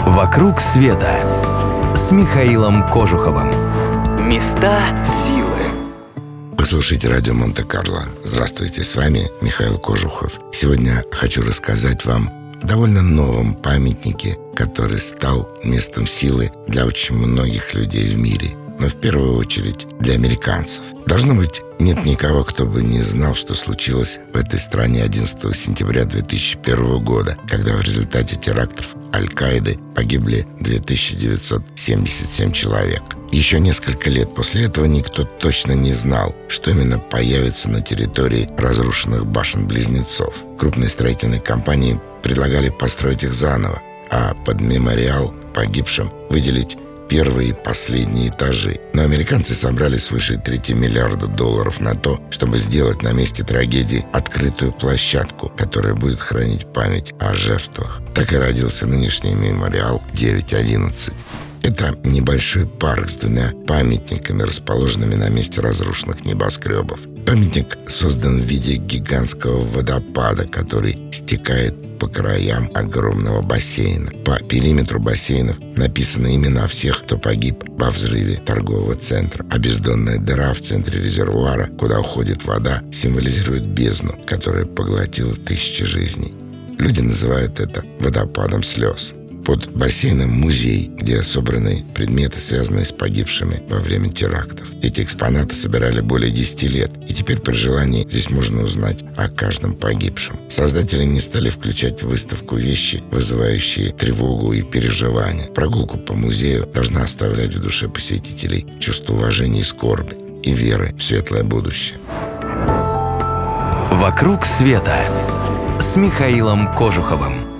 «Вокруг света» с Михаилом Кожуховым. Места силы. Вы слушаете радио Монте-Карло. Здравствуйте, с вами Михаил Кожухов. Сегодня хочу рассказать вам о довольно новом памятнике, который стал местом силы для очень многих людей в мире. Но в первую очередь для американцев. Должно быть, нет никого, кто бы не знал, что случилось в этой стране 11 сентября 2001 года, когда в результате терактов Аль-Каиды погибли 2977 человек. Еще несколько лет после этого никто точно не знал, что именно появится на территории разрушенных башен-близнецов. Крупные строительные компании предлагали построить их заново, а под мемориал погибшим выделить первые и последние этажи. Но американцы собрали свыше $3 миллиарда на то, чтобы сделать на месте трагедии открытую площадку, которая будет хранить память о жертвах. Так и родился нынешний мемориал 9/11. Это небольшой парк с двумя памятниками, расположенными на месте разрушенных небоскребов. Памятник создан в виде гигантского водопада, который стекает по краям огромного бассейна. По периметру бассейнов написаны имена всех, кто погиб во взрыве торгового центра. А бездонная дыра в центре резервуара, куда уходит вода, символизирует бездну, которая поглотила тысячи жизней. Люди называют это водопадом слез. Под бассейном музей, где собраны предметы, связанные с погибшими во время терактов. Эти экспонаты собирали более 10 лет, и теперь при желании здесь можно узнать о каждом погибшем. Создатели не стали включать в выставку вещи, вызывающие тревогу и переживания. Прогулку по музею должна оставлять в душе посетителей чувство уважения и скорби, и веры в светлое будущее. «Вокруг света» с Михаилом Кожуховым.